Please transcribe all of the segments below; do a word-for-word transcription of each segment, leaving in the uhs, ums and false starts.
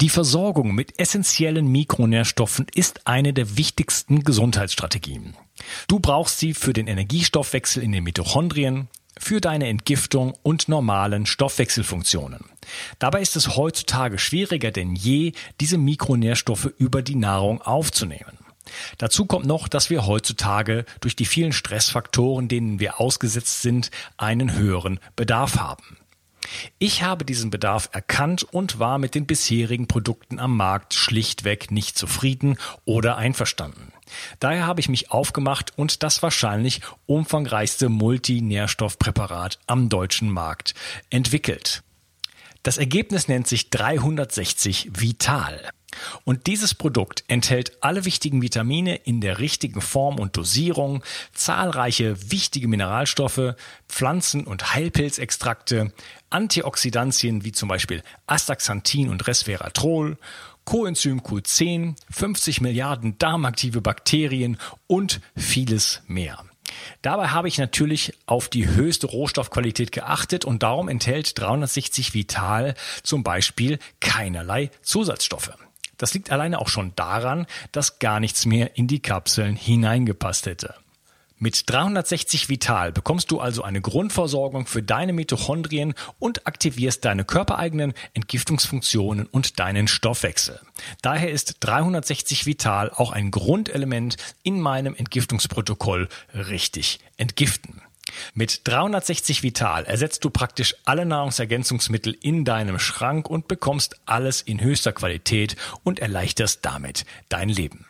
Die Versorgung mit essentiellen Mikronährstoffen ist eine der wichtigsten Gesundheitsstrategien. Du brauchst sie für den Energiestoffwechsel in den Mitochondrien, für deine Entgiftung und normalen Stoffwechselfunktionen. Dabei ist es heutzutage schwieriger denn je, diese Mikronährstoffe über die Nahrung aufzunehmen. Dazu kommt noch, dass wir heutzutage durch die vielen Stressfaktoren, denen wir ausgesetzt sind, einen höheren Bedarf haben. Ich habe diesen Bedarf erkannt und war mit den bisherigen Produkten am Markt schlichtweg nicht zufrieden oder einverstanden. Daher habe ich mich aufgemacht und das wahrscheinlich umfangreichste Multinährstoffpräparat am deutschen Markt entwickelt. Das Ergebnis nennt sich dreihundertsechzig Vital. Und dieses Produkt enthält alle wichtigen Vitamine in der richtigen Form und Dosierung, zahlreiche wichtige Mineralstoffe, Pflanzen- und Heilpilzextrakte, Antioxidantien wie zum Beispiel Astaxanthin und Resveratrol, Coenzym Q zehn, fünfzig Milliarden darmaktive Bakterien und vieles mehr. Dabei habe ich natürlich auf die höchste Rohstoffqualität geachtet und darum enthält dreihundertsechzig Vital zum Beispiel keinerlei Zusatzstoffe. Das liegt alleine auch schon daran, dass gar nichts mehr in die Kapseln hineingepasst hätte. Mit dreihundertsechzig Vital bekommst du also eine Grundversorgung für deine Mitochondrien und aktivierst deine körpereigenen Entgiftungsfunktionen und deinen Stoffwechsel. Daher ist dreihundertsechzig Vital auch ein Grundelement in meinem Entgiftungsprotokoll Richtig Entgiften. Mit dreihundertsechzig Vital ersetzt du praktisch alle Nahrungsergänzungsmittel in deinem Schrank und bekommst alles in höchster Qualität und erleichterst damit dein Leben.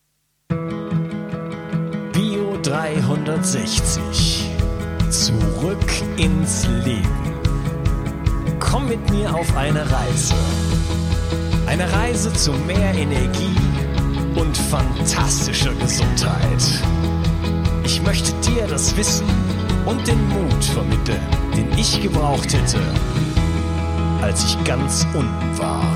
Bio dreihundertsechzig. Zurück ins Leben. Komm mit mir auf eine Reise. Eine Reise zu mehr Energie und fantastischer Gesundheit. Ich möchte dir das Wissen und den Mut vermitteln, den ich gebraucht hätte, als ich ganz unten war.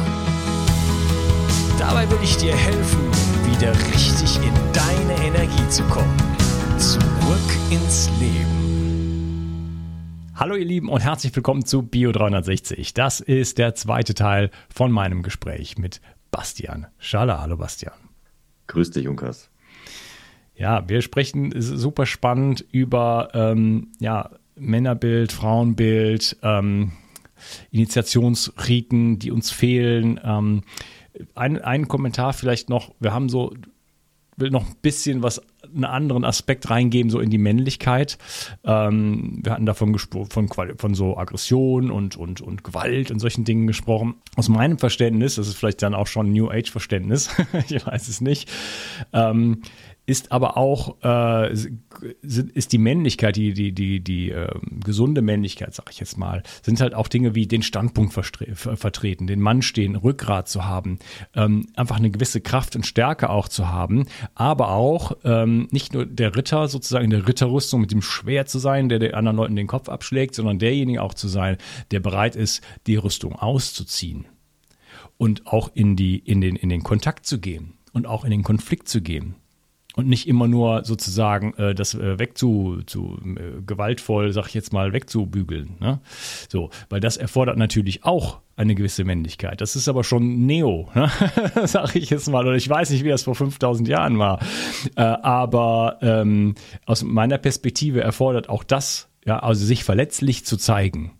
Dabei will ich dir helfen, wieder richtig in deine Energie zu kommen. Zurück ins Leben. Hallo ihr Lieben und herzlich willkommen zu Bio dreihundertsechzig. Das ist der zweite Teil von meinem Gespräch mit Bastian Schaller. Hallo Bastian. Grüß dich, Unkas. Ja, wir sprechen super spannend über ähm, ja, Männerbild, Frauenbild, ähm, Initiationsriten, die uns fehlen. Ähm, ein, ein Kommentar vielleicht noch, wir haben so, will noch ein bisschen was, einen anderen Aspekt reingeben, so in die Männlichkeit. Ähm, wir hatten davon gesprochen, von, von so Aggression und, und, und Gewalt und solchen Dingen gesprochen. Aus meinem Verständnis, das ist vielleicht dann auch schon New Age Verständnis, ich weiß es nicht, ähm, ist aber auch äh, ist die Männlichkeit, die die die die äh, gesunde Männlichkeit, sag ich jetzt mal, sind halt auch Dinge wie den Standpunkt verstre- vertreten, den Mann stehen, Rückgrat zu haben, ähm, einfach eine gewisse Kraft und Stärke auch zu haben, aber auch ähm, nicht nur der Ritter sozusagen in der Ritterrüstung mit dem Schwert zu sein, der den anderen Leuten den Kopf abschlägt, sondern derjenige auch zu sein, der bereit ist, die Rüstung auszuziehen und auch in die in den in den Kontakt zu gehen und auch in den Konflikt zu gehen. Und nicht immer nur sozusagen äh, das äh, wegzu, zu, äh, gewaltvoll, sag ich jetzt mal, wegzubügeln. Ne? So, weil das erfordert natürlich auch eine gewisse Männlichkeit. Das ist aber schon Neo, ne? Sag ich jetzt mal. Oder ich weiß nicht, wie das vor fünftausend Jahren war. Äh, aber ähm, aus meiner Perspektive erfordert auch das, ja, also sich verletzlich zu zeigen.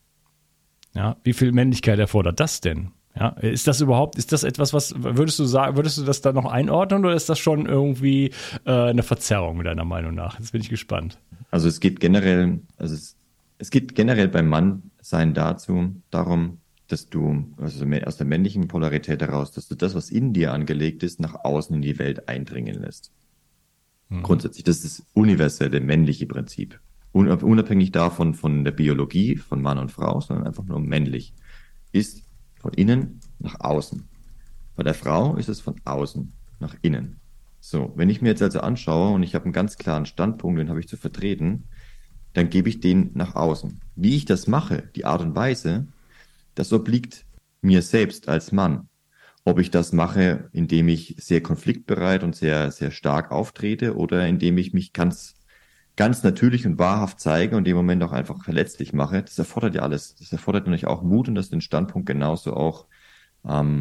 Ja, wie viel Männlichkeit erfordert das denn? Ja, ist das überhaupt, ist das etwas, was, würdest du sagen, würdest du das da noch einordnen oder ist das schon irgendwie äh, eine Verzerrung deiner Meinung nach? Jetzt bin ich gespannt. Also es geht generell, also es, es geht generell beim Mannsein dazu, darum, dass du, also aus der männlichen Polarität heraus, dass du das, was in dir angelegt ist, nach außen in die Welt eindringen lässt. Mhm. Grundsätzlich, das ist das universelle männliche Prinzip. Unabhängig davon, von der Biologie, von Mann und Frau, sondern einfach nur männlich. Ist von innen nach außen. Bei der Frau ist es von außen nach innen. So, wenn ich mir jetzt also anschaue und ich habe einen ganz klaren Standpunkt, den habe ich zu vertreten, dann gebe ich den nach außen. Wie ich das mache, die Art und Weise, das obliegt mir selbst als Mann. Ob ich das mache, indem ich sehr konfliktbereit und sehr, sehr stark auftrete oder indem ich mich ganz ganz natürlich und wahrhaft zeige und im Moment auch einfach verletzlich mache, das erfordert ja alles. Das erfordert natürlich auch Mut und das den Standpunkt genauso auch ähm,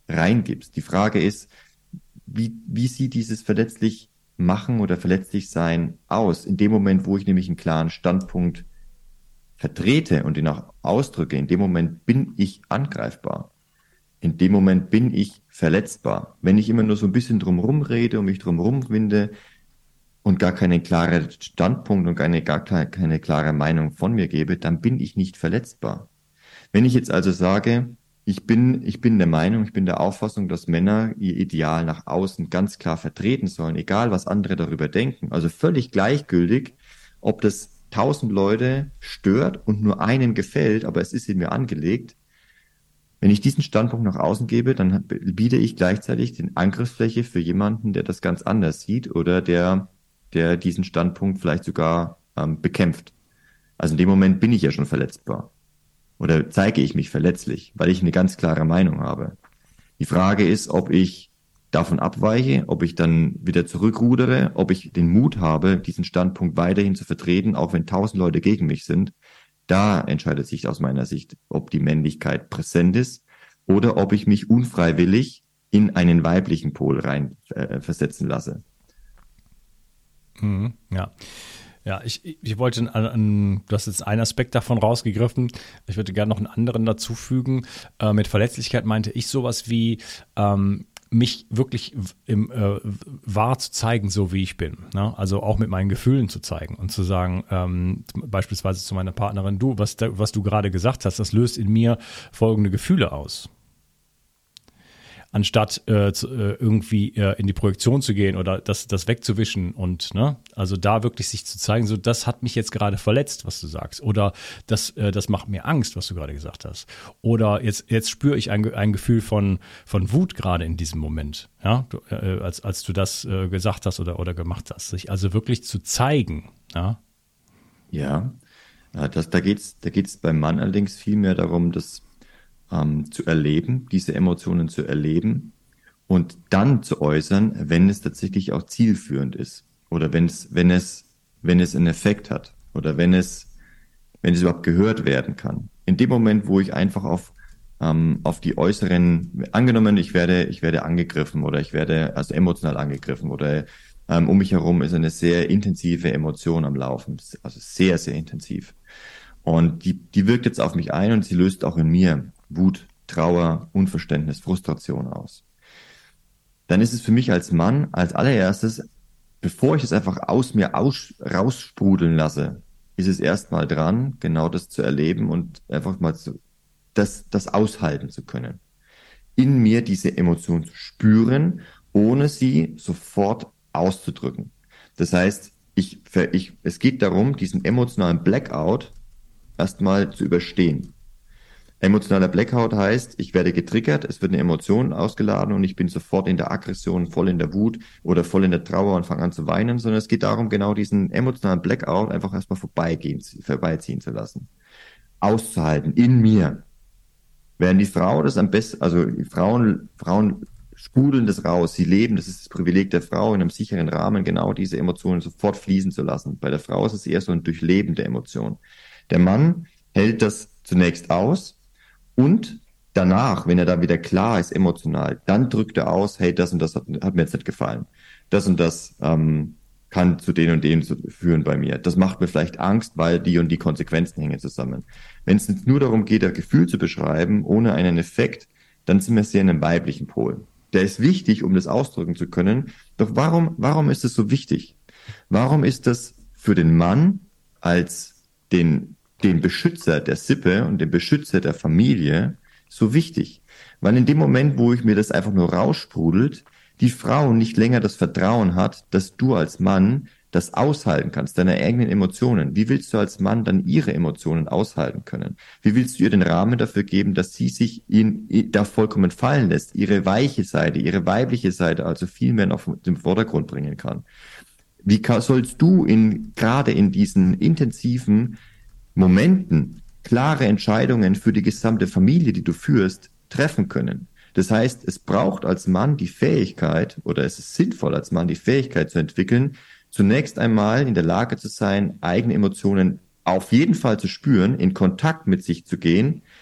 reingibst. Die Frage ist, wie, wie sieht dieses verletzlich machen oder verletzlich sein aus? In dem Moment, wo ich nämlich einen klaren Standpunkt vertrete und ihn auch ausdrücke, in dem Moment bin ich angreifbar. In dem Moment bin ich verletzbar. Wenn ich immer nur so ein bisschen drumherum rede und mich drumherum winde und gar keinen klaren Standpunkt und keine, gar keine, keine klare Meinung von mir gebe, dann bin ich nicht verletzbar. Wenn ich jetzt also sage, ich bin, ich bin der Meinung, ich bin der Auffassung, dass Männer ihr Ideal nach außen ganz klar vertreten sollen, egal was andere darüber denken, also völlig gleichgültig, ob das tausend Leute stört und nur einen gefällt, aber es ist in mir angelegt. Wenn ich diesen Standpunkt nach außen gebe, dann biete ich gleichzeitig den Angriffsfläche für jemanden, der das ganz anders sieht oder der, der diesen Standpunkt vielleicht sogar ähm, bekämpft. Also in dem Moment bin ich ja schon verletzbar. Oder zeige ich mich verletzlich, weil ich eine ganz klare Meinung habe. Die Frage ist, ob ich davon abweiche, ob ich dann wieder zurückrudere, ob ich den Mut habe, diesen Standpunkt weiterhin zu vertreten, auch wenn tausend Leute gegen mich sind. Da entscheidet sich aus meiner Sicht, ob die Männlichkeit präsent ist oder ob ich mich unfreiwillig in einen weiblichen Pol rein äh, versetzen lasse. Mhm, ja. Ja, ich, ich wollte, an, an, du hast jetzt einen Aspekt davon rausgegriffen. Ich würde gerne noch einen anderen dazu fügen. Äh, mit Verletzlichkeit meinte ich sowas wie, ähm, mich wirklich im, äh, wahr zu zeigen, so wie ich bin. Ne? Also auch mit meinen Gefühlen zu zeigen und zu sagen, ähm, beispielsweise zu meiner Partnerin, du, was, da, was du gerade gesagt hast, das löst in mir folgende Gefühle aus. Anstatt äh, zu, äh, irgendwie äh, in die Projektion zu gehen oder das, das wegzuwischen und ne, also da wirklich sich zu zeigen, so das hat mich jetzt gerade verletzt, was du sagst, oder das, äh, das macht mir Angst, was du gerade gesagt hast, oder jetzt, jetzt spüre ich ein, ein Gefühl von, von Wut gerade in diesem Moment, ja, du, äh, als, als du das äh, gesagt hast oder, oder gemacht hast, sich also wirklich zu zeigen, ja. Ja, das, da geht's, da geht's beim Mann allerdings viel mehr darum, dass Ähm, zu erleben, diese Emotionen zu erleben und dann zu äußern, wenn es tatsächlich auch zielführend ist oder wenn es, wenn es, wenn es einen Effekt hat oder wenn es, wenn es überhaupt gehört werden kann. In dem Moment, wo ich einfach auf ähm, auf die äußeren, angenommen, ich werde, ich werde angegriffen oder ich werde also emotional angegriffen oder ähm, um mich herum ist eine sehr intensive Emotion am Laufen, also sehr, sehr intensiv. Und die, die wirkt jetzt auf mich ein und sie löst auch in mir Wut, Trauer, Unverständnis, Frustration aus. Dann ist es für mich als Mann als allererstes, bevor ich es einfach aus mir aus, raussprudeln lasse, ist es erstmal dran, genau das zu erleben und einfach mal zu, das, das aushalten zu können. In mir diese Emotion zu spüren, ohne sie sofort auszudrücken. Das heißt, ich, ich, es geht darum, diesen emotionalen Blackout erstmal zu überstehen. Emotionaler Blackout heißt, ich werde getriggert, es wird eine Emotion ausgeladen und ich bin sofort in der Aggression, voll in der Wut oder voll in der Trauer und fange an zu weinen, sondern es geht darum, genau diesen emotionalen Blackout einfach erstmal vorbeigehen, vorbeiziehen zu lassen. Auszuhalten, in mir. Während die Frau das am besten, also die Frauen, Frauen sprudeln das raus, sie leben, das ist das Privileg der Frau, in einem sicheren Rahmen genau diese Emotionen sofort fließen zu lassen. Bei der Frau ist es eher so ein Durchleben der Emotion. Der Mann hält das zunächst aus, und danach, wenn er da wieder klar ist, emotional, dann drückt er aus, hey, das und das hat, hat mir jetzt nicht gefallen. Das und das ähm, kann zu den und den führen bei mir. Das macht mir vielleicht Angst, weil die und die Konsequenzen hängen zusammen. Wenn es jetzt nur darum geht, ein Gefühl zu beschreiben, ohne einen Effekt, dann sind wir sehr in einem weiblichen Pol. Der ist wichtig, um das ausdrücken zu können. Doch warum, warum ist es so wichtig? Warum ist das für den Mann als den den Beschützer der Sippe und den Beschützer der Familie so wichtig? Weil in dem Moment, wo ich mir das einfach nur raussprudelt, die Frau nicht länger das Vertrauen hat, dass du als Mann das aushalten kannst, deine eigenen Emotionen. Wie willst du als Mann dann ihre Emotionen aushalten können? Wie willst du ihr den Rahmen dafür geben, dass sie sich in, in, da vollkommen fallen lässt, ihre weiche Seite, ihre weibliche Seite also viel mehr auf den Vordergrund bringen kann? Wie kann, sollst du in, gerade in diesen intensiven Momenten klare Entscheidungen für die gesamte Familie, die du führst, treffen können? Das heißt, es braucht als Mann die Fähigkeit, oder es ist sinnvoll als Mann die Fähigkeit zu entwickeln, zunächst einmal in der Lage zu sein, eigene Emotionen auf jeden Fall zu spüren, in Kontakt mit sich zu gehen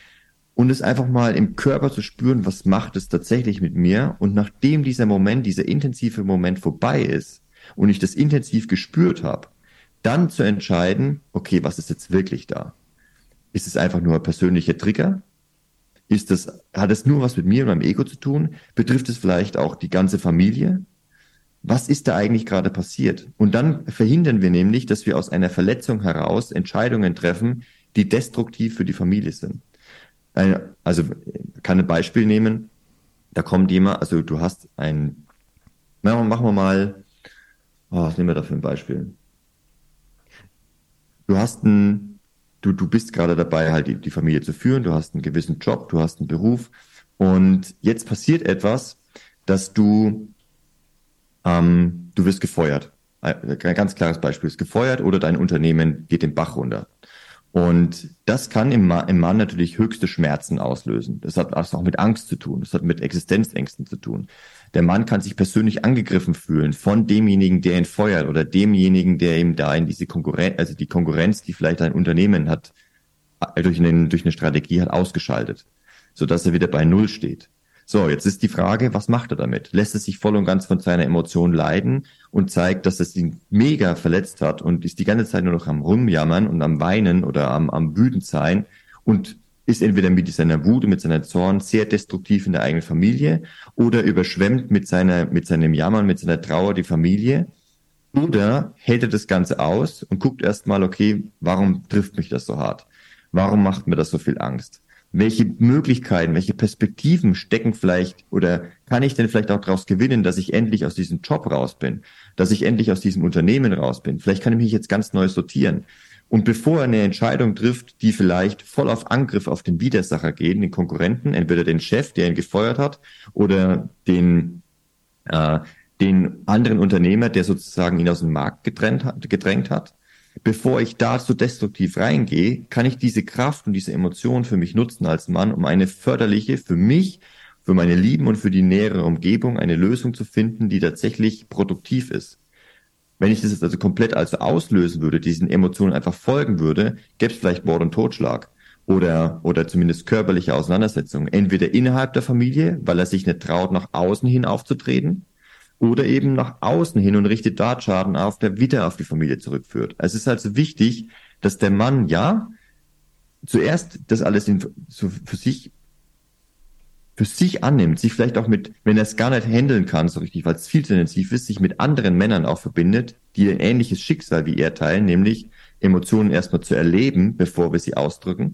und es einfach mal im Körper zu spüren, was macht es tatsächlich mit mir. Und nachdem dieser Moment, dieser intensive Moment vorbei ist und ich das intensiv gespürt habe, dann zu entscheiden, okay, was ist jetzt wirklich da? Ist es einfach nur ein persönlicher Trigger? Ist das, hat es nur was mit mir und meinem Ego zu tun? Betrifft es vielleicht auch die ganze Familie? Was ist da eigentlich gerade passiert? Und dann verhindern wir nämlich, dass wir aus einer Verletzung heraus Entscheidungen treffen, die destruktiv für die Familie sind. Also, ich kann ein Beispiel nehmen. Da kommt jemand, also du hast ein, machen wir mal, oh, was nehmen wir da für ein Beispiel? Du hast ein, du, du bist gerade dabei, halt die, die Familie zu führen, du hast einen gewissen Job, du hast einen Beruf und jetzt passiert etwas, dass du, ähm, du wirst gefeuert. Ein ganz klares Beispiel, ist gefeuert oder dein Unternehmen geht den Bach runter. Und das kann im, Ma- im Mann natürlich höchste Schmerzen auslösen. Das hat also auch mit Angst zu tun. Das hat mit Existenzängsten zu tun. Der Mann kann sich persönlich angegriffen fühlen von demjenigen, der ihn feuert oder demjenigen, der ihm da in diese Konkurrenz, also die Konkurrenz, die vielleicht ein Unternehmen hat, durch, einen, durch eine Strategie hat ausgeschaltet, sodass er wieder bei Null steht. So, jetzt ist die Frage, was macht er damit? Lässt er sich voll und ganz von seiner Emotion leiden und zeigt, dass es ihn mega verletzt hat und ist die ganze Zeit nur noch am Rumjammern und am Weinen oder am, am wütend sein und ist entweder mit seiner Wut und mit seiner Zorn sehr destruktiv in der eigenen Familie oder überschwemmt mit seiner, mit seinem Jammern, mit seiner Trauer die Familie oder hält er das Ganze aus und guckt erstmal, okay, warum trifft mich das so hart? Warum macht mir das so viel Angst? Welche Möglichkeiten, welche Perspektiven stecken vielleicht oder kann ich denn vielleicht auch daraus gewinnen, dass ich endlich aus diesem Job raus bin, dass ich endlich aus diesem Unternehmen raus bin? Vielleicht kann ich mich jetzt ganz neu sortieren. Und bevor er eine Entscheidung trifft, die vielleicht voll auf Angriff auf den Widersacher geht, den Konkurrenten, entweder den Chef, der ihn gefeuert hat, oder den, äh, den anderen Unternehmer, der sozusagen ihn aus dem Markt getrennt hat, gedrängt hat, bevor ich da so destruktiv reingehe, kann ich diese Kraft und diese Emotion für mich nutzen als Mann, um eine förderliche, für mich, für meine Lieben und für die nähere Umgebung eine Lösung zu finden, die tatsächlich produktiv ist. Wenn ich das jetzt also komplett also auslösen würde, diesen Emotionen einfach folgen würde, gäbe es vielleicht Mord und Totschlag oder, oder zumindest körperliche Auseinandersetzungen. Entweder innerhalb der Familie, weil er sich nicht traut, nach außen hin aufzutreten, oder eben nach außen hin und richtet dort Schaden auf, der wieder auf die Familie zurückführt. Es ist also wichtig, dass der Mann, ja, zuerst das alles in, so für sich, für sich annimmt, sich vielleicht auch mit, wenn er es gar nicht handeln kann, so richtig, weil es viel zu intensiv ist, sich mit anderen Männern auch verbindet, die ein ähnliches Schicksal wie er teilen, nämlich Emotionen erstmal zu erleben, bevor wir sie ausdrücken.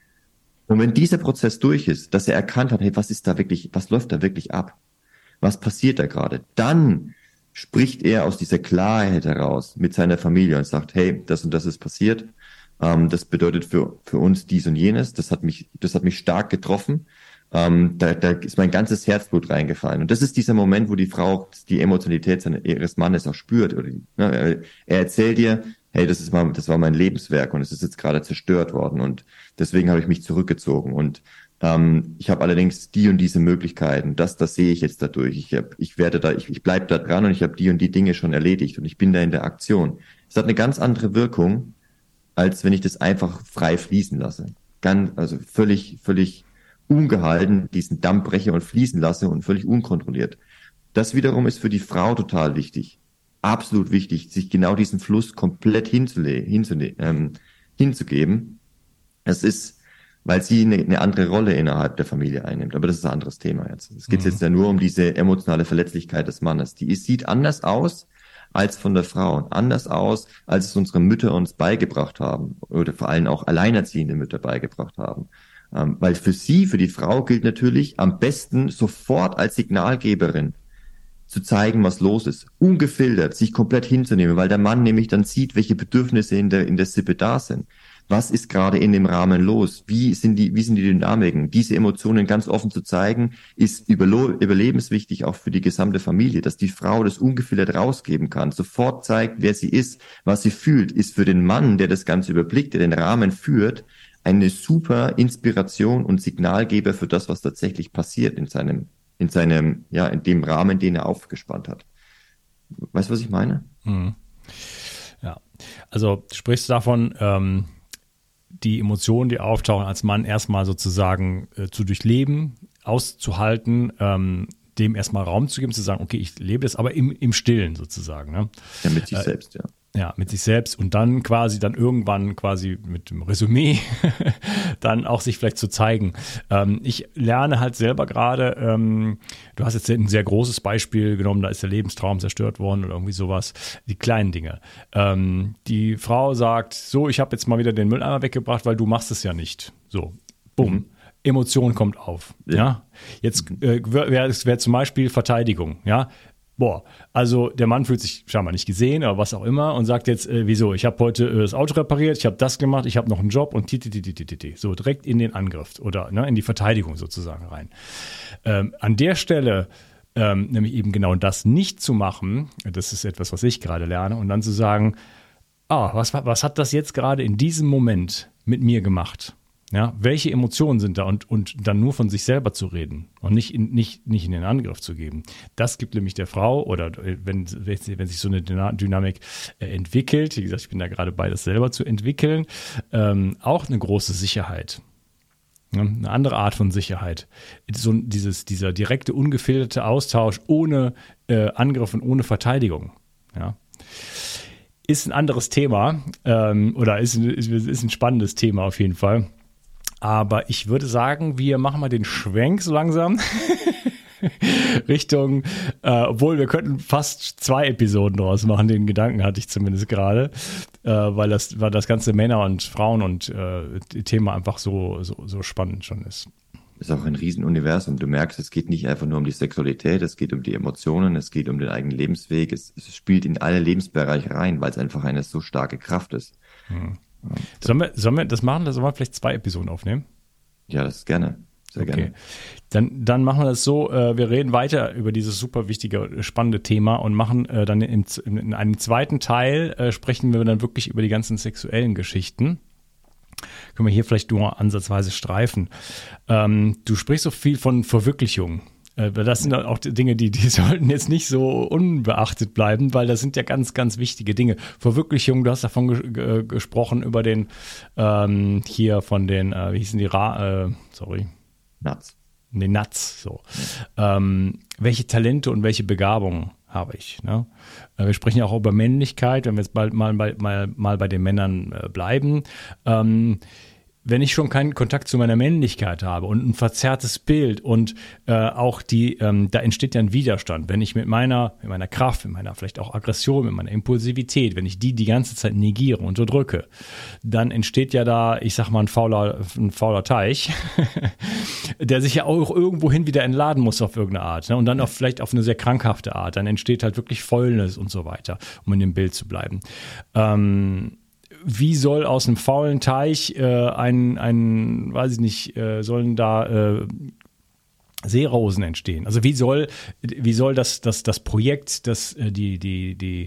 Und wenn dieser Prozess durch ist, dass er erkannt hat, hey, was ist da wirklich, was läuft da wirklich ab? Was passiert da gerade? Dann spricht er aus dieser Klarheit heraus mit seiner Familie und sagt, hey, das und das ist passiert. Ähm, das bedeutet für, für uns dies und jenes. Das hat mich, das hat mich stark getroffen. Ähm, da, da ist mein ganzes Herzblut reingefallen. Und das ist dieser Moment, wo die Frau die Emotionalität seines, ihres Mannes auch spürt. Oder, ne, er erzählt ihr, hey, das ist mal, das war mein Lebenswerk und es ist jetzt gerade zerstört worden. Und deswegen habe ich mich zurückgezogen. Und Ähm, ich habe allerdings die und diese Möglichkeiten, das, das sehe ich jetzt dadurch. Ich, hab, ich werde da, ich, ich bleibe da dran und ich habe die und die Dinge schon erledigt und ich bin da in der Aktion. Es hat eine ganz andere Wirkung, als wenn ich das einfach frei fließen lasse. Ganz, also völlig, völlig ungehalten diesen Damm breche und fließen lasse und völlig unkontrolliert. Das wiederum ist für die Frau total wichtig. Absolut wichtig, sich genau diesen Fluss komplett hinzule hinzule ähm, hinzugeben. Es ist, weil sie eine, eine andere Rolle innerhalb der Familie einnimmt. Aber das ist ein anderes Thema jetzt. Es geht mhm. jetzt ja nur um diese emotionale Verletzlichkeit des Mannes. Die ist, sieht anders aus als von der Frau. Und anders aus, als es unsere Mütter uns beigebracht haben. Oder vor allem auch alleinerziehende Mütter beigebracht haben. Ähm, weil für sie, für die Frau gilt natürlich am besten sofort als Signalgeberin zu zeigen, was los ist. Ungefiltert, sich komplett hinzunehmen. Weil der Mann nämlich dann sieht, welche Bedürfnisse in der, in der Sippe da sind. Was ist gerade in dem Rahmen los? Wie sind die, wie sind die Dynamiken? Diese Emotionen ganz offen zu zeigen, ist überlebenswichtig auch für die gesamte Familie, dass die Frau das ungefiltert rausgeben kann, sofort zeigt, wer sie ist, was sie fühlt, ist für den Mann, der das Ganze überblickt, der den Rahmen führt, eine super Inspiration und Signalgeber für das, was tatsächlich passiert in seinem, in seinem, ja, in dem Rahmen, den er aufgespannt hat. Weißt du, was ich meine? Mhm. Ja, also du sprichst davon, ähm, die Emotionen, die auftauchen, als Mann erstmal sozusagen äh, zu durchleben, auszuhalten, ähm, dem erstmal Raum zu geben, zu sagen, okay, ich lebe das, aber im, im Stillen sozusagen. Ne? Ja, mit sich äh, selbst, ja. Ja, mit sich selbst und dann quasi dann irgendwann quasi mit dem Resümee dann auch sich vielleicht zu zeigen. Ähm, ich lerne halt selber gerade, ähm, du hast jetzt ein sehr großes Beispiel genommen, da ist der Lebenstraum zerstört worden oder irgendwie sowas, die kleinen Dinge. Ähm, die Frau sagt, so, ich habe jetzt mal wieder den Mülleimer weggebracht, weil du machst es ja nicht. So, bumm. Mhm. Emotion kommt auf. Ja. ja? Jetzt äh, wäre wär zum Beispiel Verteidigung, ja. Boah, also der Mann fühlt sich scheinbar nicht gesehen oder was auch immer und sagt jetzt, äh, wieso, ich habe heute äh, das Auto repariert, ich habe das gemacht, ich habe noch einen Job und titititititi. So direkt in den Angriff oder ne, in die Verteidigung sozusagen rein. Ähm, an der Stelle ähm, nämlich eben genau das nicht zu machen, das ist etwas, was ich gerade lerne, und dann zu sagen, ah, was, was hat das jetzt gerade in diesem Moment mit mir gemacht? Ja, welche Emotionen sind da und, und dann nur von sich selber zu reden und nicht in, nicht, nicht in den Angriff zu geben. Das gibt nämlich der Frau oder wenn, wenn sich so eine Dynamik äh, entwickelt, wie gesagt, ich bin da gerade bei, das selber zu entwickeln, ähm, auch eine große Sicherheit. Ja, eine andere Art von Sicherheit. So dieses, dieser direkte, ungefilterte Austausch ohne äh, Angriff und ohne Verteidigung. Ja. Ist ein anderes Thema ähm, oder ist, ist, ist ein spannendes Thema auf jeden Fall. Aber ich würde sagen, wir machen mal den Schwenk so langsam Richtung, äh, obwohl wir könnten fast zwei Episoden draus machen, den Gedanken hatte ich zumindest gerade, äh, weil das, weil das ganze Männer und Frauen und äh, Thema einfach so, so, so spannend schon ist. Ist auch ein Riesenuniversum. Du merkst, es geht nicht einfach nur um die Sexualität, es geht um die Emotionen, es geht um den eigenen Lebensweg, es, es spielt in alle Lebensbereiche rein, weil es einfach eine so starke Kraft ist. Hm. Sollen wir, sollen wir das machen? Sollen wir vielleicht zwei Episoden aufnehmen? Ja, das gerne. Sehr okay. gerne. Dann, dann machen wir das so, äh, wir reden weiter über dieses super wichtige, spannende Thema und machen äh, dann im, in einem zweiten Teil, äh, sprechen wir dann wirklich über die ganzen sexuellen Geschichten. Können wir hier vielleicht nur ansatzweise streifen. Ähm, du sprichst so viel von Verwirklichung. Das sind auch Dinge, die, die sollten jetzt nicht so unbeachtet bleiben, weil das sind ja ganz, ganz wichtige Dinge. Verwirklichung, du hast davon ge- gesprochen, über den, ähm, hier von den, äh, wie hießen die, Ra- äh, sorry. Nuts. Den Nuts, so. Ähm, welche Talente und welche Begabungen habe ich, ne? Wir sprechen ja auch über Männlichkeit, wenn wir jetzt bald mal, mal, mal, mal bei den Männern äh, bleiben. Ähm, Wenn ich schon keinen Kontakt zu meiner Männlichkeit habe und ein verzerrtes Bild und äh, auch die, ähm, da entsteht ja ein Widerstand, wenn ich mit meiner, mit meiner Kraft, mit meiner vielleicht auch Aggression, mit meiner Impulsivität, wenn ich die die ganze Zeit negiere, unterdrücke, dann entsteht ja da, ich sag mal, ein fauler, ein fauler Teich, der sich ja auch irgendwohin wieder entladen muss auf irgendeine Art, ne? Und dann auch vielleicht auf eine sehr krankhafte Art, dann entsteht halt wirklich Fäulnis und so weiter, um in dem Bild zu bleiben. Ähm, Wie soll aus einem faulen Teich äh, ein, ein, weiß ich nicht, äh, sollen da äh, Seerosen entstehen? Also wie soll, wie soll das, das, das Projekt, das, äh, die, die, die,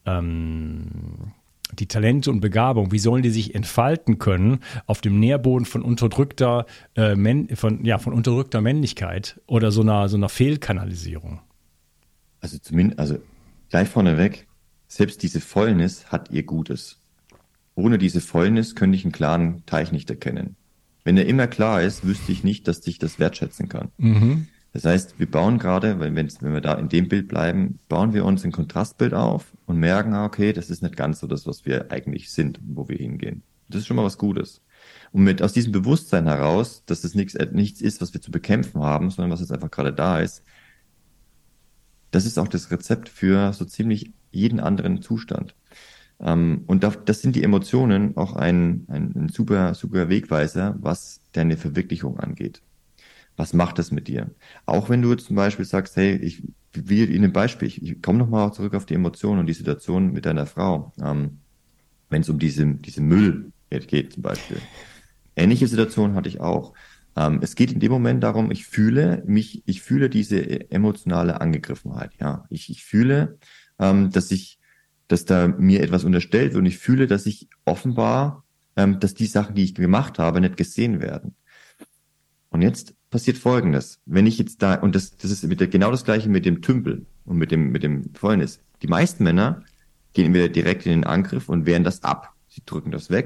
ähm, die Talente und Begabung, wie sollen die sich entfalten können auf dem Nährboden von unterdrückter, äh, Männ- von, ja, von unterdrückter Männlichkeit oder so einer, so einer Fehlkanalisierung? Also zumindest, also gleich vorneweg, selbst diese Fäulnis hat ihr Gutes. Ohne diese Fäulnis könnte ich einen klaren Teich nicht erkennen. Wenn er immer klar ist, wüsste ich nicht, dass ich das wertschätzen kann. Mhm. Das heißt, wir bauen gerade, wenn, wenn wir da in dem Bild bleiben, bauen wir uns ein Kontrastbild auf und merken, okay, das ist nicht ganz so das, was wir eigentlich sind, wo wir hingehen. Das ist schon mal was Gutes. Und mit aus diesem Bewusstsein heraus, dass es nichts, nichts ist, was wir zu bekämpfen haben, sondern was jetzt einfach gerade da ist, das ist auch das Rezept für so ziemlich jeden anderen Zustand. Um, und das, das sind die Emotionen auch ein, ein, ein super, super Wegweiser, was deine Verwirklichung angeht. Was macht das mit dir? Auch wenn du jetzt zum Beispiel sagst, hey, ich wie in einem Beispiel, ich, ich komme nochmal zurück auf die Emotionen und die Situation mit deiner Frau, um, wenn es um diese, diese Müll geht zum Beispiel. Ähnliche Situation hatte ich auch. Um, es geht in dem Moment darum, ich fühle mich, ich fühle diese emotionale Angegriffenheit. Ja, ich, ich fühle, um, dass ich dass da mir etwas unterstellt wird und ich fühle, dass ich offenbar, ähm, dass die Sachen, die ich gemacht habe, nicht gesehen werden. Und jetzt passiert Folgendes. Wenn ich jetzt da, und das, das ist mit der, genau das Gleiche mit dem Tümpel und mit dem, mit dem Fäulnis. Die meisten Männer gehen entweder direkt in den Angriff und wehren das ab. Sie drücken das weg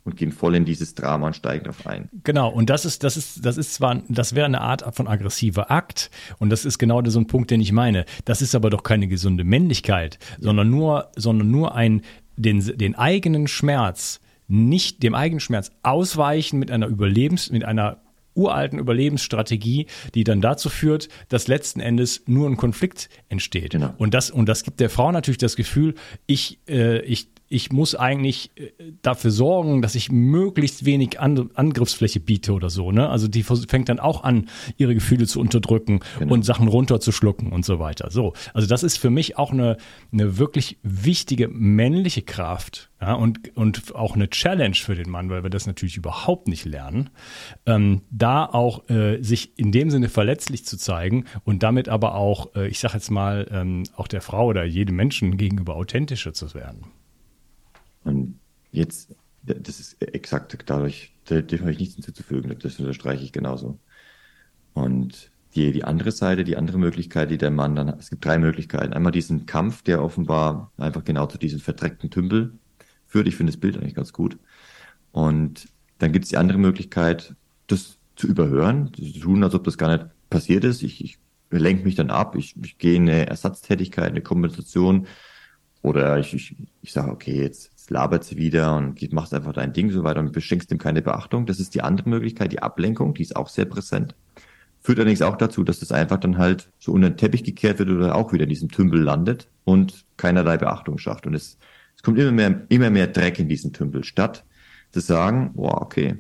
und gehen voll in dieses Drama und steigen drauf ein. Genau, und das ist, das ist, das ist zwar, das wäre eine Art von aggressiver Akt, und das ist genau so ein Punkt, den ich meine. Das ist aber doch keine gesunde Männlichkeit, sondern nur, sondern nur ein, den, den eigenen Schmerz, nicht dem eigenen Schmerz ausweichen mit einer Überlebens, mit einer uralten Überlebensstrategie, die dann dazu führt, dass letzten Endes nur ein Konflikt entsteht. Genau. Und das, und das gibt der Frau natürlich das Gefühl, ich, äh, ich, ich muss eigentlich dafür sorgen, dass ich möglichst wenig Angriffsfläche biete oder so, ne? Also die fängt dann auch an, ihre Gefühle zu unterdrücken, genau, und Sachen runterzuschlucken und so weiter. So, also das ist für mich auch eine, eine wirklich wichtige männliche Kraft, ja, und, und auch eine Challenge für den Mann, weil wir das natürlich überhaupt nicht lernen, ähm, da auch äh, sich in dem Sinne verletzlich zu zeigen und damit aber auch, äh, ich sag jetzt mal, ähm, auch der Frau oder jedem Menschen gegenüber authentischer zu werden. Und jetzt, das ist exakt dadurch, dem habe ich nichts hinzuzufügen, das unterstreiche ich genauso. Und die, die andere Seite, die andere Möglichkeit, die der Mann dann hat, es gibt drei Möglichkeiten. Einmal diesen Kampf, der offenbar einfach genau zu diesem verdreckten Tümpel führt. Ich finde das Bild eigentlich ganz gut. Und dann gibt es die andere Möglichkeit, das zu überhören, zu tun, als ob das gar nicht passiert ist. Ich, ich lenke mich dann ab, ich, ich gehe in eine Ersatztätigkeit, eine Kompensation, oder ich, ich, ich sage, okay, jetzt, jetzt labert sie wieder und machst einfach dein Ding so weiter und beschenkst ihm keine Beachtung. Das ist die andere Möglichkeit, die Ablenkung, die ist auch sehr präsent. Führt allerdings auch dazu, dass das einfach dann halt so unter den Teppich gekehrt wird oder auch wieder in diesem Tümpel landet und keinerlei Beachtung schafft. Und es, es kommt immer mehr, immer mehr Dreck in diesen Tümpel, statt zu sagen, boah, okay,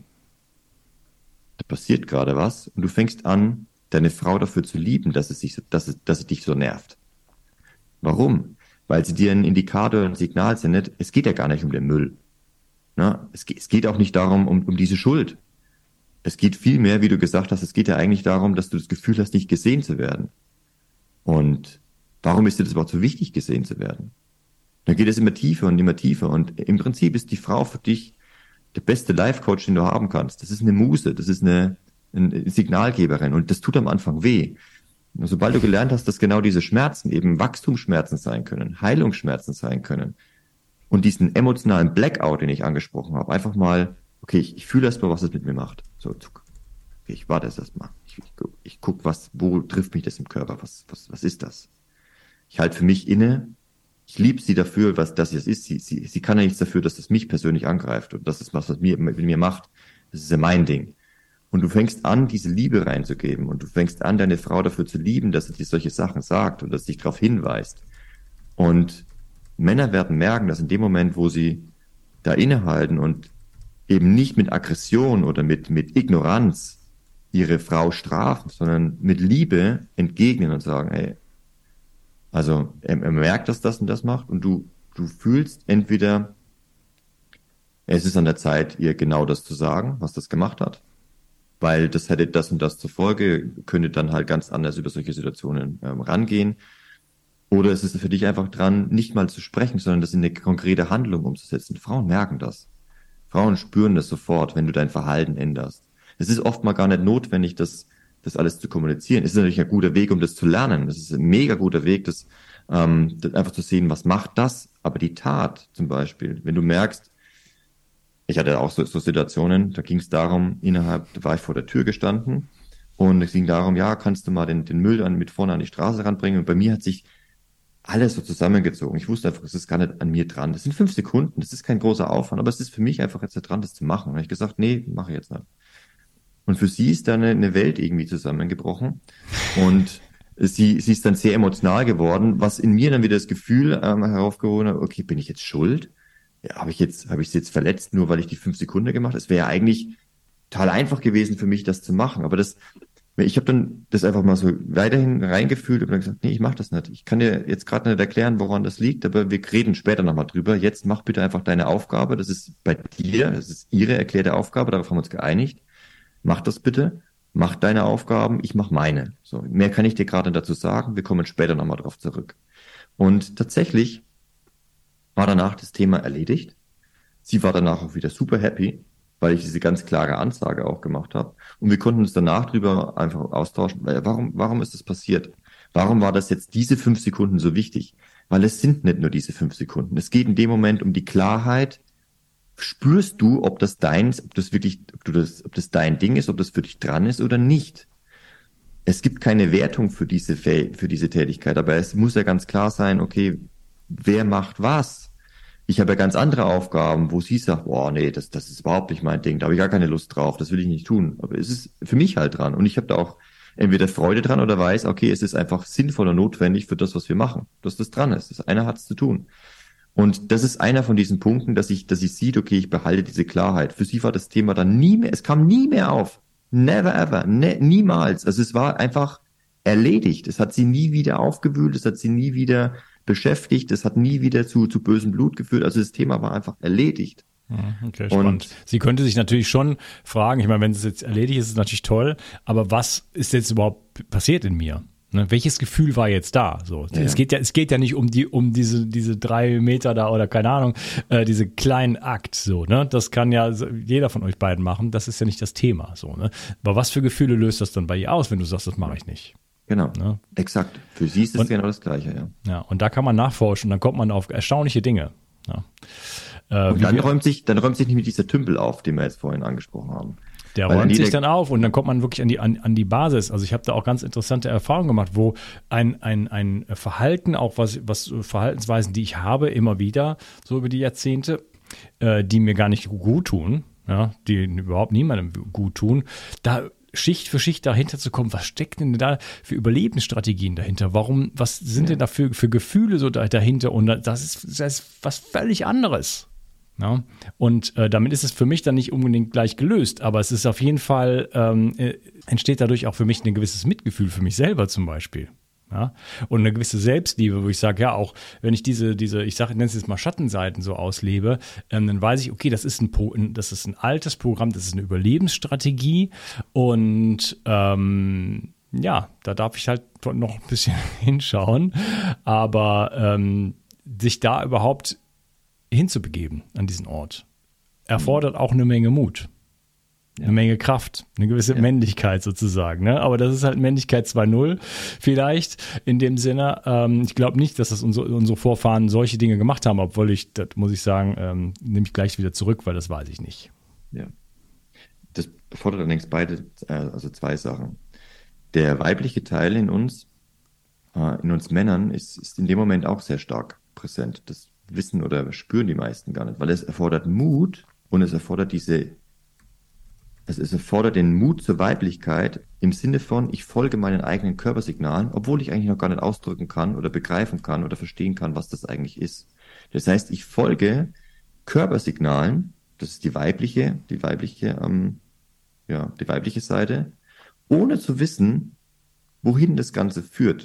da passiert gerade was und du fängst an, deine Frau dafür zu lieben, dass es sich, so, dass es, dass es dich so nervt. Warum? Weil sie dir ein Indikator, ein Signal sendet, es geht ja gar nicht um den Müll. Na, es, geht, es geht auch nicht darum, um, um diese Schuld. Es geht vielmehr, wie du gesagt hast, es geht ja eigentlich darum, dass du das Gefühl hast, nicht gesehen zu werden. Und warum ist dir das überhaupt so wichtig, gesehen zu werden? Dann geht es immer tiefer und immer tiefer. Und im Prinzip ist die Frau für dich der beste Life-Coach, den du haben kannst. Das ist eine Muse, das ist eine, eine Signalgeberin. Und das tut am Anfang weh. Und sobald du gelernt hast, dass genau diese Schmerzen eben Wachstumsschmerzen sein können, Heilungsschmerzen sein können und diesen emotionalen Blackout, den ich angesprochen habe, einfach mal, okay, ich, ich fühle erst mal, was es mit mir macht. So, okay, ich warte erst mal. Ich, ich, ich gucke, was, wo trifft mich das im Körper? Was, was, was ist das? Ich halte für mich inne. Ich liebe sie dafür, was das jetzt ist. Sie, sie, sie kann ja nichts dafür, dass das mich persönlich angreift und das ist was, was mir, mit mir macht. Das ist ja mein Ding. Und du fängst an, diese Liebe reinzugeben und du fängst an, deine Frau dafür zu lieben, dass sie dir solche Sachen sagt und dass sie dich darauf hinweist. Und Männer werden merken, dass in dem Moment, wo sie da innehalten und eben nicht mit Aggression oder mit, mit Ignoranz ihre Frau strafen, sondern mit Liebe entgegnen und sagen, ey, also er, er merkt, dass das und das macht und du, du fühlst entweder, es ist an der Zeit, ihr genau das zu sagen, was das gemacht hat, weil das hätte das und das zur Folge, könnte dann halt ganz anders über solche Situationen ähm, rangehen. Oder es ist für dich einfach dran, nicht mal zu sprechen, sondern das in eine konkrete Handlung umzusetzen. Frauen merken das. Frauen spüren das sofort, wenn du dein Verhalten änderst. Es ist oft mal gar nicht notwendig, das, das alles zu kommunizieren. Es ist natürlich ein guter Weg, um das zu lernen. Es ist ein mega guter Weg, das, ähm, das einfach zu sehen, was macht das. Aber die Tat zum Beispiel, wenn du merkst, ich hatte auch so, so Situationen, da ging es darum, innerhalb, da war ich vor der Tür gestanden und es ging darum, ja, kannst du mal den, den Müll dann mit vorne an die Straße ranbringen? Und bei mir hat sich alles so zusammengezogen. Ich wusste einfach, es ist gar nicht an mir dran. Das sind fünf Sekunden, das ist kein großer Aufwand, aber es ist für mich einfach jetzt dran, das zu machen. Und ich gesagt, nee, mache ich jetzt nicht. Und für sie ist dann eine, eine Welt irgendwie zusammengebrochen und sie, sie ist dann sehr emotional geworden, was in mir dann wieder das Gefühl ähm, heraufgehoben hat, okay, bin ich jetzt schuld? Ja, habe ich jetzt, habe ich sie jetzt verletzt, nur weil ich die fünf Sekunden gemacht habe? Es wäre ja eigentlich total einfach gewesen für mich, das zu machen. Aber das, ich habe dann das einfach mal so weiterhin reingefühlt und dann gesagt, nee, ich mache das nicht. Ich kann dir jetzt gerade nicht erklären, woran das liegt, aber wir reden später nochmal drüber. Jetzt mach bitte einfach deine Aufgabe. Das ist bei dir, das ist ihre erklärte Aufgabe, darauf haben wir uns geeinigt. Mach das bitte, mach deine Aufgaben, ich mach meine. So, mehr kann ich dir gerade dazu sagen. Wir kommen später nochmal drauf zurück. Und tatsächlich war danach das Thema erledigt. Sie war danach auch wieder super happy, weil ich diese ganz klare Ansage auch gemacht habe. Und wir konnten uns danach drüber einfach austauschen. Warum, warum ist das passiert? Warum war das jetzt diese fünf Sekunden so wichtig? Weil es sind nicht nur diese fünf Sekunden. Es geht in dem Moment um die Klarheit spürst du, ob das deins, ob das wirklich, ob du das, ob das dein Ding ist, ob das für dich dran ist oder nicht. Es gibt keine Wertung für diese, für diese Tätigkeit, aber es muss ja ganz klar sein, okay, wer macht was? Ich habe ja ganz andere Aufgaben, wo sie sagt, boah, nee, das, das ist überhaupt nicht mein Ding, da habe ich gar keine Lust drauf, das will ich nicht tun. Aber es ist für mich halt dran und ich habe da auch entweder Freude dran oder weiß, okay, es ist einfach sinnvoll und notwendig für das, was wir machen, dass das dran ist. Das einer hat es zu tun. Und das ist einer von diesen Punkten, dass ich, dass ich sieht, okay, ich behalte diese Klarheit. Für sie war das Thema dann nie mehr, es kam nie mehr auf. Never ever, ne, niemals. Also es war einfach erledigt. Es hat sie nie wieder aufgewühlt, es hat sie nie wieder beschäftigt, es hat nie wieder zu, zu bösem Blut geführt. Also das Thema war einfach erledigt. Okay, spannend. Und sie könnte sich natürlich schon fragen, ich meine, wenn es jetzt erledigt ist, ist es natürlich toll, aber was ist jetzt überhaupt passiert in mir? Ne, welches Gefühl war jetzt da? So, ja. Es geht ja, es geht ja nicht um die, um diese, diese drei Meter da oder keine Ahnung, äh, diese kleinen Akt, so, ne? Das kann ja jeder von euch beiden machen. Das ist ja nicht das Thema, so, ne? Aber was für Gefühle löst das dann bei ihr aus, wenn du sagst, das mache ich nicht? Genau, ne? Exakt. Für sie ist es genau das Gleiche, ja. Ja, und da kann man nachforschen, dann kommt man auf erstaunliche Dinge. Ja. Äh, und dann räumt sich, dann räumt sich nämlich dieser Tümpel auf, den wir jetzt vorhin angesprochen haben. Der Weil räumt sich dann auf und dann kommt man wirklich an die, an, an die Basis. Also ich habe da auch ganz interessante Erfahrungen gemacht, wo ein, ein, ein Verhalten, auch was, was Verhaltensweisen, die ich habe, immer wieder, so über die Jahrzehnte, äh, die mir gar nicht gut tun, ja, die überhaupt niemandem gut tun, da Schicht für Schicht dahinter zu kommen, was steckt denn da für Überlebensstrategien dahinter? Warum, was sind ja. denn da für, für Gefühle so dahinter? Und das ist, das ist was völlig anderes. Ja, und äh, damit ist es für mich dann nicht unbedingt gleich gelöst, aber es ist auf jeden Fall, ähm, äh, entsteht dadurch auch für mich ein gewisses Mitgefühl für mich selber zum Beispiel. Ja, und eine gewisse Selbstliebe, wo ich sage, ja, auch wenn ich diese, diese, ich sage, ich nenne es jetzt mal Schattenseiten so auslebe, ähm, dann weiß ich, okay, das ist ein, das ist ein altes Programm, das ist eine Überlebensstrategie und ähm, ja, da darf ich halt noch ein bisschen hinschauen, aber ähm, sich da überhaupt hinzubegeben an diesen Ort, erfordert auch eine Menge Mut, ja. eine Menge Kraft, eine gewisse ja. Männlichkeit sozusagen. Ne? Aber das ist halt Männlichkeit zwei Punkt null vielleicht in dem Sinne. Ähm, ich glaube nicht, dass das unsere, unsere Vorfahren solche Dinge gemacht haben, obwohl ich, das muss ich sagen, ähm, nehme ich gleich wieder zurück, weil das weiß ich nicht. Ja, das erfordert allerdings beide, also zwei Sachen. Der weibliche Teil in uns, in uns Männern, ist, ist in dem Moment auch sehr stark präsent. Das wissen oder spüren die meisten gar nicht, weil es erfordert Mut und es erfordert diese, also es erfordert den Mut zur Weiblichkeit im Sinne von, ich folge meinen eigenen Körpersignalen, obwohl ich eigentlich noch gar nicht ausdrücken kann oder begreifen kann oder verstehen kann, was das eigentlich ist. Das heißt, ich folge Körpersignalen, das ist die weibliche, die weibliche, ähm, ja, die weibliche Seite, ohne zu wissen, wohin das Ganze führt.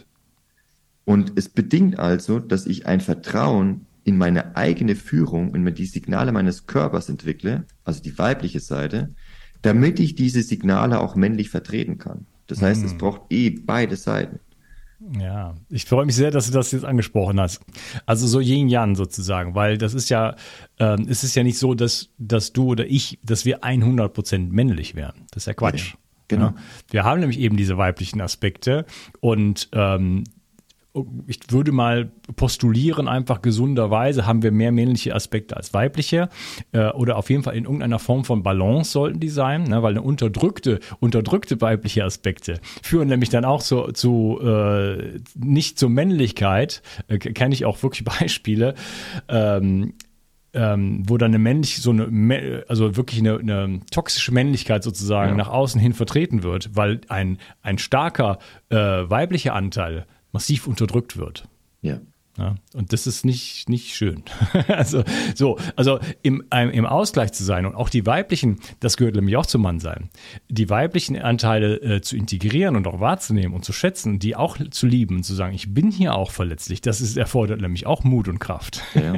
Und es bedingt also, dass ich ein Vertrauen in meine eigene Führung, in die Signale meines Körpers entwickle, also die weibliche Seite, damit ich diese Signale auch männlich vertreten kann. Das heißt, hm. es braucht eh beide Seiten. Ja, ich freue mich sehr, dass du das jetzt angesprochen hast. Also so Yin-Yang sozusagen, weil das ist ja, ähm, es ist ja nicht so, dass, dass du oder ich, dass wir hundert Prozent männlich wären. Das ist ja Quatsch. Ja, genau. Ja, wir haben nämlich eben diese weiblichen Aspekte und ähm, ich würde mal postulieren, einfach gesunderweise haben wir mehr männliche Aspekte als weibliche äh, oder auf jeden Fall in irgendeiner Form von Balance sollten die sein, ne? Weil eine unterdrückte, unterdrückte weibliche Aspekte führen nämlich dann auch zu, zu äh, nicht zur Männlichkeit, äh, kenne ich auch wirklich Beispiele, ähm, Ähm, wo dann eine männliche, so eine, also wirklich eine, eine toxische Männlichkeit sozusagen ja. nach außen hin vertreten wird, weil ein, ein starker äh, weiblicher Anteil massiv unterdrückt wird. Ja. Ja, und das ist nicht, nicht schön. also, so, also im, im Ausgleich zu sein und auch die weiblichen, das gehört nämlich auch zum Mannsein, die weiblichen Anteile äh, zu integrieren und auch wahrzunehmen und zu schätzen, die auch zu lieben und zu sagen, ich bin hier auch verletzlich, das ist, erfordert nämlich auch Mut und Kraft. Ja.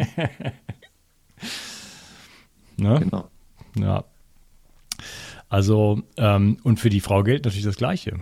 ne? Genau. Ja. Also, ähm, und für die Frau gilt natürlich das Gleiche.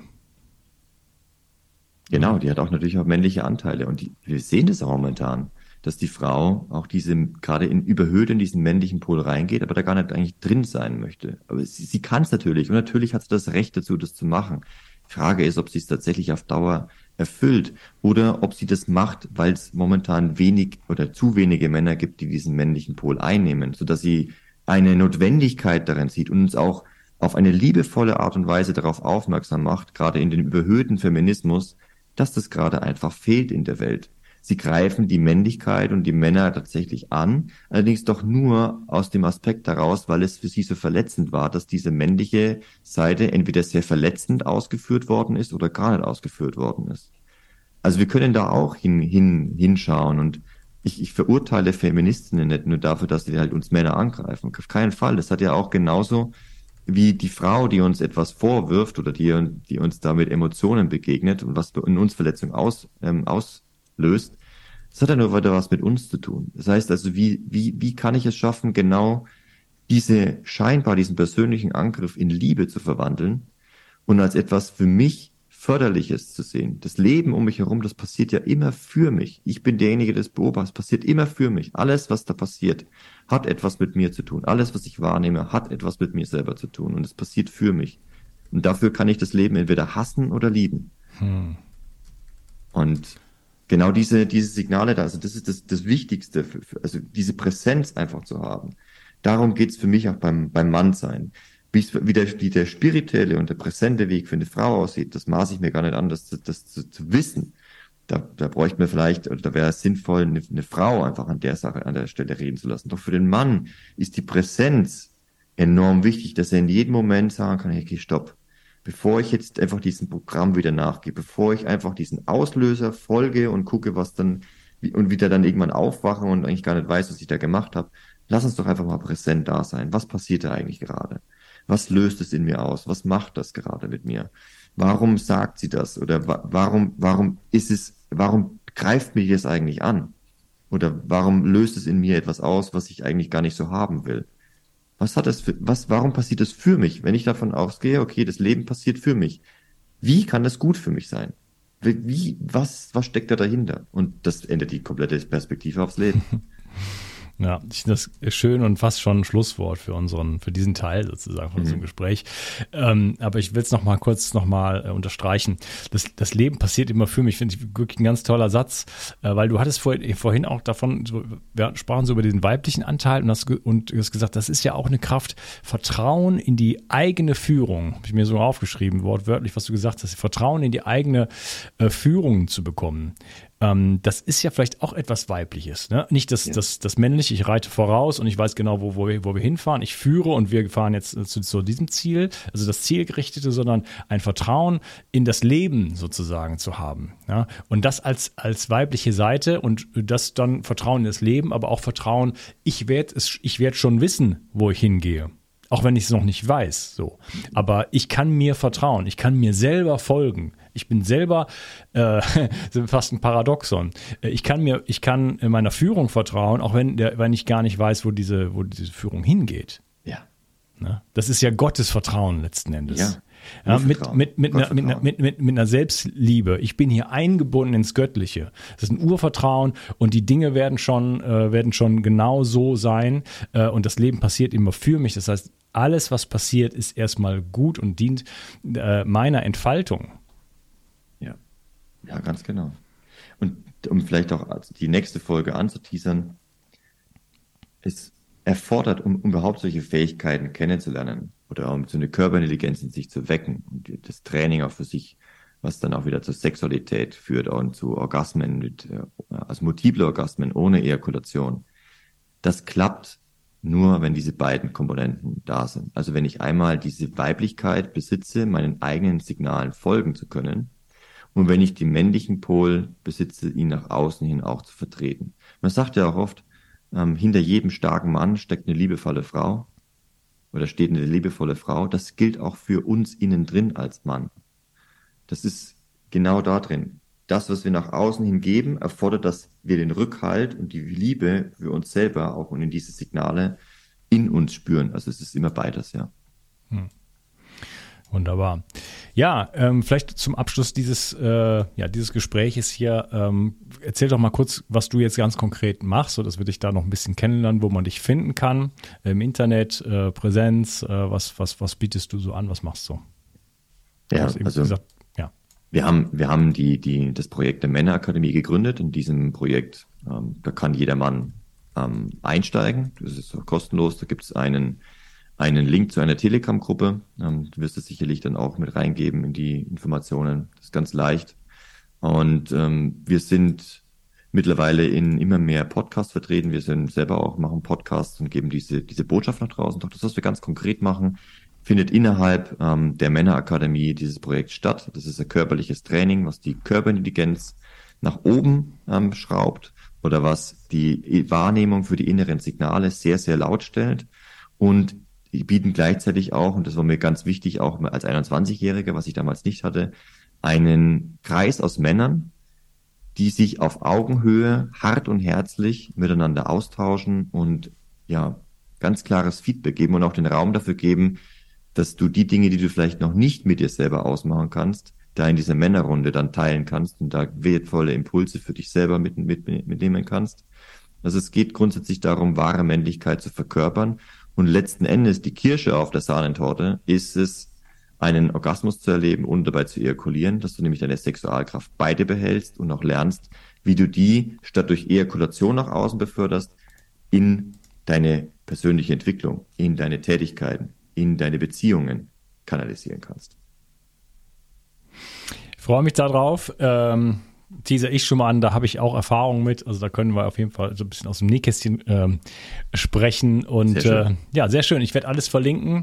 Genau, die hat auch natürlich auch männliche Anteile und die, wir sehen das auch momentan, dass die Frau auch diese, gerade in überhöht in diesen männlichen Pol reingeht, aber da gar nicht eigentlich drin sein möchte. Aber sie, sie kann es natürlich und natürlich hat sie das Recht dazu, das zu machen. Die Frage ist, ob sie es tatsächlich auf Dauer erfüllt oder ob sie das macht, weil es momentan wenig oder zu wenige Männer gibt, die diesen männlichen Pol einnehmen, sodass sie eine Notwendigkeit darin sieht und uns auch auf eine liebevolle Art und Weise darauf aufmerksam macht, gerade in den überhöhten Feminismus, dass das gerade einfach fehlt in der Welt. Sie greifen die Männlichkeit und die Männer tatsächlich an, allerdings doch nur aus dem Aspekt heraus, weil es für sie so verletzend war, dass diese männliche Seite entweder sehr verletzend ausgeführt worden ist oder gar nicht ausgeführt worden ist. Also wir können da auch hin, hin, hinschauen und ich, ich verurteile Feministinnen nicht nur dafür, dass sie halt uns Männer angreifen. Auf keinen Fall. Das hat ja auch genauso wie die Frau, die uns etwas vorwirft oder die, die uns da mit Emotionen begegnet und was in uns Verletzung aus, ähm, auslöst. Das hat ja nur weiter was mit uns zu tun. Das heißt also, wie, wie, wie kann ich es schaffen, genau diese scheinbar, diesen persönlichen Angriff in Liebe zu verwandeln und als etwas für mich Förderliches zu sehen. Das Leben um mich herum, das passiert ja immer für mich. Ich bin derjenige, der das beobachtet. Es passiert immer für mich. Alles, was da passiert, hat etwas mit mir zu tun. Alles, was ich wahrnehme, hat etwas mit mir selber zu tun. Und es passiert für mich. Und dafür kann ich das Leben entweder hassen oder lieben. Hm. Und genau diese, diese Signale da, also das ist das, das Wichtigste, für, für, also diese Präsenz einfach zu haben. Darum geht's für mich auch beim, beim Mannsein. Wie der, wie der spirituelle und der präsente Weg für eine Frau aussieht, das maße ich mir gar nicht an, das, das, das zu, zu wissen. Da, da bräuchte man vielleicht, oder da wäre es sinnvoll, eine, eine Frau einfach an der Sache, an der Stelle reden zu lassen. Doch für den Mann ist die Präsenz enorm wichtig, dass er in jedem Moment sagen kann, hey, okay, stopp. Bevor ich jetzt einfach diesem Programm wieder nachgehe, bevor ich einfach diesen Auslöser folge und gucke, was dann, und wieder dann irgendwann aufwache und eigentlich gar nicht weiß, was ich da gemacht habe, lass uns doch einfach mal präsent da sein. Was passiert da eigentlich gerade? Was löst es in mir aus? Was macht das gerade mit mir? Warum sagt sie das? Oder wa- warum, warum ist es, warum greift mich das eigentlich an? Oder warum löst es in mir etwas aus, was ich eigentlich gar nicht so haben will? Was hat das für, was, warum passiert das für mich? Wenn ich davon ausgehe, okay, das Leben passiert für mich. Wie kann das gut für mich sein? Wie, was, was steckt da dahinter? Und das ändert die komplette Perspektive aufs Leben. Ja, ich finde das schön und fast schon ein Schlusswort für unseren, für diesen Teil sozusagen von unserem mhm. Gespräch. Ähm, aber ich will es noch mal kurz noch mal äh, unterstreichen. Das, das Leben passiert immer für mich, finde ich wirklich ein ganz toller Satz, äh, weil du hattest vor, vorhin auch davon, so, wir sprachen so über den weiblichen Anteil und hast, und du hast gesagt, das ist ja auch eine Kraft, Vertrauen in die eigene Führung, habe ich mir so aufgeschrieben, wortwörtlich, was du gesagt hast, Vertrauen in die eigene äh, Führung zu bekommen. Ähm, das ist ja vielleicht auch etwas Weibliches, ne? Nicht das, ja. das, das Männliche, ich reite voraus und ich weiß genau, wo, wo, wir, wo wir hinfahren. Ich führe und wir fahren jetzt zu, zu diesem Ziel, also das Zielgerichtete, sondern ein Vertrauen in das Leben sozusagen zu haben. Ja? Und das als, als weibliche Seite und das dann Vertrauen in das Leben, aber auch Vertrauen, ich werde es, ich werde schon wissen, wo ich hingehe. Auch wenn ich es noch nicht weiß, so. Aber ich kann mir vertrauen, ich kann mir selber folgen. Ich bin selber äh, fast ein Paradoxon. Ich kann mir, ich kann meiner Führung vertrauen, auch wenn der, wenn ich gar nicht weiß, wo diese, wo diese Führung hingeht. Ja. Ne? Das ist ja Gottes Vertrauen letzten Endes. Ja. Ja, mit, mit, mit, einer, mit, einer, mit, mit, mit einer Selbstliebe. Ich bin hier eingebunden ins Göttliche. Das ist ein Urvertrauen und die Dinge werden schon, äh, werden schon genau so sein äh, und das Leben passiert immer für mich. Das heißt, alles, was passiert, ist erstmal gut und dient äh, meiner Entfaltung. Ja, ja, ganz genau. Und um vielleicht auch die nächste Folge anzuteasern, es erfordert, um, um überhaupt solche Fähigkeiten kennenzulernen oder um so eine Körperintelligenz in sich zu wecken und das Training auch für sich, was dann auch wieder zur Sexualität führt und zu Orgasmen, mit, also multiple Orgasmen ohne Ejakulation. Das klappt nur, wenn diese beiden Komponenten da sind. Also wenn ich einmal diese Weiblichkeit besitze, meinen eigenen Signalen folgen zu können und wenn ich den männlichen Pol besitze, ihn nach außen hin auch zu vertreten. Man sagt ja auch oft, ähm, hinter jedem starken Mann steckt eine liebevolle Frau oder steht eine liebevolle Frau. Das gilt auch für uns innen drin als Mann. Das ist genau da drin. Das, was wir nach außen hin geben, erfordert, dass wir den Rückhalt und die Liebe für uns selber auch und in diese Signale in uns spüren. Also es ist immer beides, ja. Hm. Wunderbar. Ja, ähm, vielleicht zum Abschluss dieses, äh, ja, dieses Gespräches hier, ähm, erzähl doch mal kurz, was du jetzt ganz konkret machst, so dass wir dich da noch ein bisschen kennenlernen, wo man dich finden kann, im Internet, äh, Präsenz, äh, was, was, was bietest du so an, was machst du? Ja, also gesagt, ja. wir haben, wir haben die, die, das Projekt der Männerakademie gegründet. In diesem Projekt, ähm, da kann jeder Mann ähm, einsteigen. Das ist kostenlos. Da gibt es einen, einen Link zu einer Telegram-Gruppe. Ähm, du wirst es sicherlich dann auch mit reingeben in die Informationen. Das ist ganz leicht. Und ähm, wir sind mittlerweile in immer mehr Podcasts vertreten. Wir sind selber auch, machen Podcasts und geben diese, diese Botschaft nach draußen. Doch das, was wir ganz konkret machen, findet innerhalb ähm, der Männerakademie dieses Projekt statt. Das ist ein körperliches Training, was die Körperintelligenz nach oben ähm, schraubt oder was die Wahrnehmung für die inneren Signale sehr, sehr laut stellt. Und die bieten gleichzeitig auch, und das war mir ganz wichtig, auch als einundzwanzigjähriger, was ich damals nicht hatte, einen Kreis aus Männern, die sich auf Augenhöhe hart und herzlich miteinander austauschen und ja, ganz klares Feedback geben und auch den Raum dafür geben, dass du die Dinge, die du vielleicht noch nicht mit dir selber ausmachen kannst, da in dieser Männerrunde dann teilen kannst und da wertvolle Impulse für dich selber mit, mit, mitnehmen kannst. Also es geht grundsätzlich darum, wahre Männlichkeit zu verkörpern und letzten Endes die Kirsche auf der Sahnentorte ist es, einen Orgasmus zu erleben und dabei zu ejakulieren, dass du nämlich deine Sexualkraft beide behältst und auch lernst, wie du die statt durch Ejakulation nach außen beförderst, in deine persönliche Entwicklung, in deine Tätigkeiten, in deine Beziehungen kanalisieren kannst. Ich freue mich darauf. Ähm, teaser ich schon mal an, da habe ich auch Erfahrung mit. Also da können wir auf jeden Fall so ein bisschen aus dem Nähkästchen ähm, sprechen. Und sehr äh, ja, sehr schön. Ich werde alles verlinken.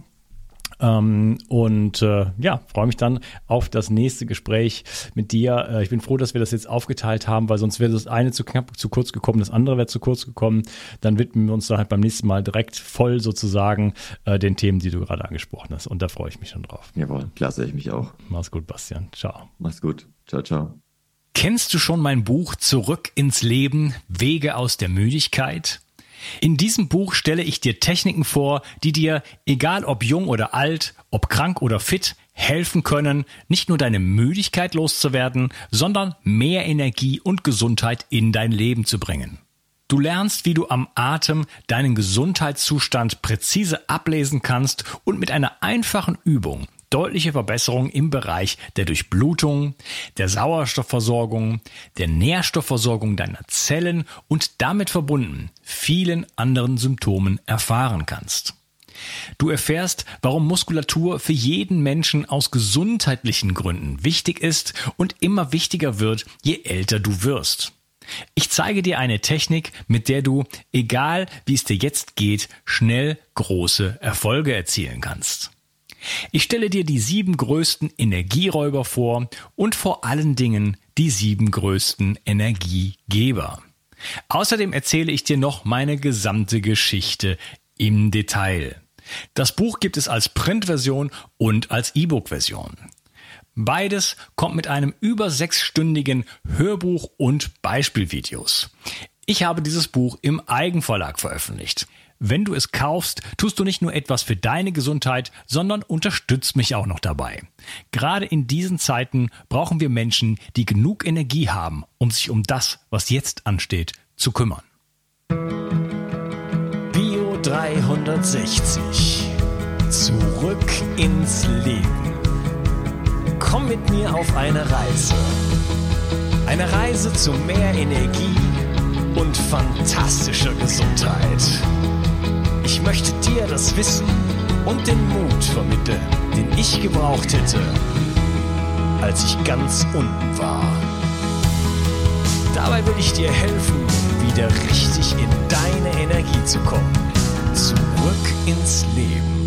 Ähm, und äh, ja, freue mich dann auf das nächste Gespräch mit dir. Äh, ich bin froh, dass wir das jetzt aufgeteilt haben, weil sonst wäre das eine zu knapp, zu kurz gekommen, das andere wäre zu kurz gekommen. Dann widmen wir uns da halt beim nächsten Mal direkt voll sozusagen äh, den Themen, die du gerade angesprochen hast. Und da freue ich mich schon drauf. Jawohl, klasse, ich mich auch. Mach's gut, Bastian. Ciao. Mach's gut. Ciao, ciao. Kennst du schon mein Buch Zurück ins Leben, Wege aus der Müdigkeit? In diesem Buch stelle ich dir Techniken vor, die dir, egal ob jung oder alt, ob krank oder fit, helfen können, nicht nur deine Müdigkeit loszuwerden, sondern mehr Energie und Gesundheit in dein Leben zu bringen. Du lernst, wie du am Atem deinen Gesundheitszustand präzise ablesen kannst und mit einer einfachen Übung deutliche Verbesserungen im Bereich der Durchblutung, der Sauerstoffversorgung, der Nährstoffversorgung deiner Zellen und damit verbunden vielen anderen Symptomen erfahren kannst. Du erfährst, warum Muskulatur für jeden Menschen aus gesundheitlichen Gründen wichtig ist und immer wichtiger wird, je älter du wirst. Ich zeige dir eine Technik, mit der du, egal wie es dir jetzt geht, schnell große Erfolge erzielen kannst. Ich stelle dir die sieben größten Energieräuber vor und vor allen Dingen die sieben größten Energiegeber. Außerdem erzähle ich dir noch meine gesamte Geschichte im Detail. Das Buch gibt es als Printversion und als E-Book-Version. Beides kommt mit einem über sechsstündigen Hörbuch und Beispielvideos. Ich habe dieses Buch im Eigenverlag veröffentlicht. Wenn du es kaufst, tust du nicht nur etwas für deine Gesundheit, sondern unterstützt mich auch noch dabei. Gerade in diesen Zeiten brauchen wir Menschen, die genug Energie haben, um sich um das, was jetzt ansteht, zu kümmern. Bio dreihundertsechzig. Zurück ins Leben. Komm mit mir auf eine Reise. Eine Reise zu mehr Energie und fantastischer Gesundheit. Ich möchte dir das Wissen und den Mut vermitteln, den ich gebraucht hätte, als ich ganz unten war. Dabei will ich dir helfen, wieder richtig in deine Energie zu kommen. Zurück ins Leben.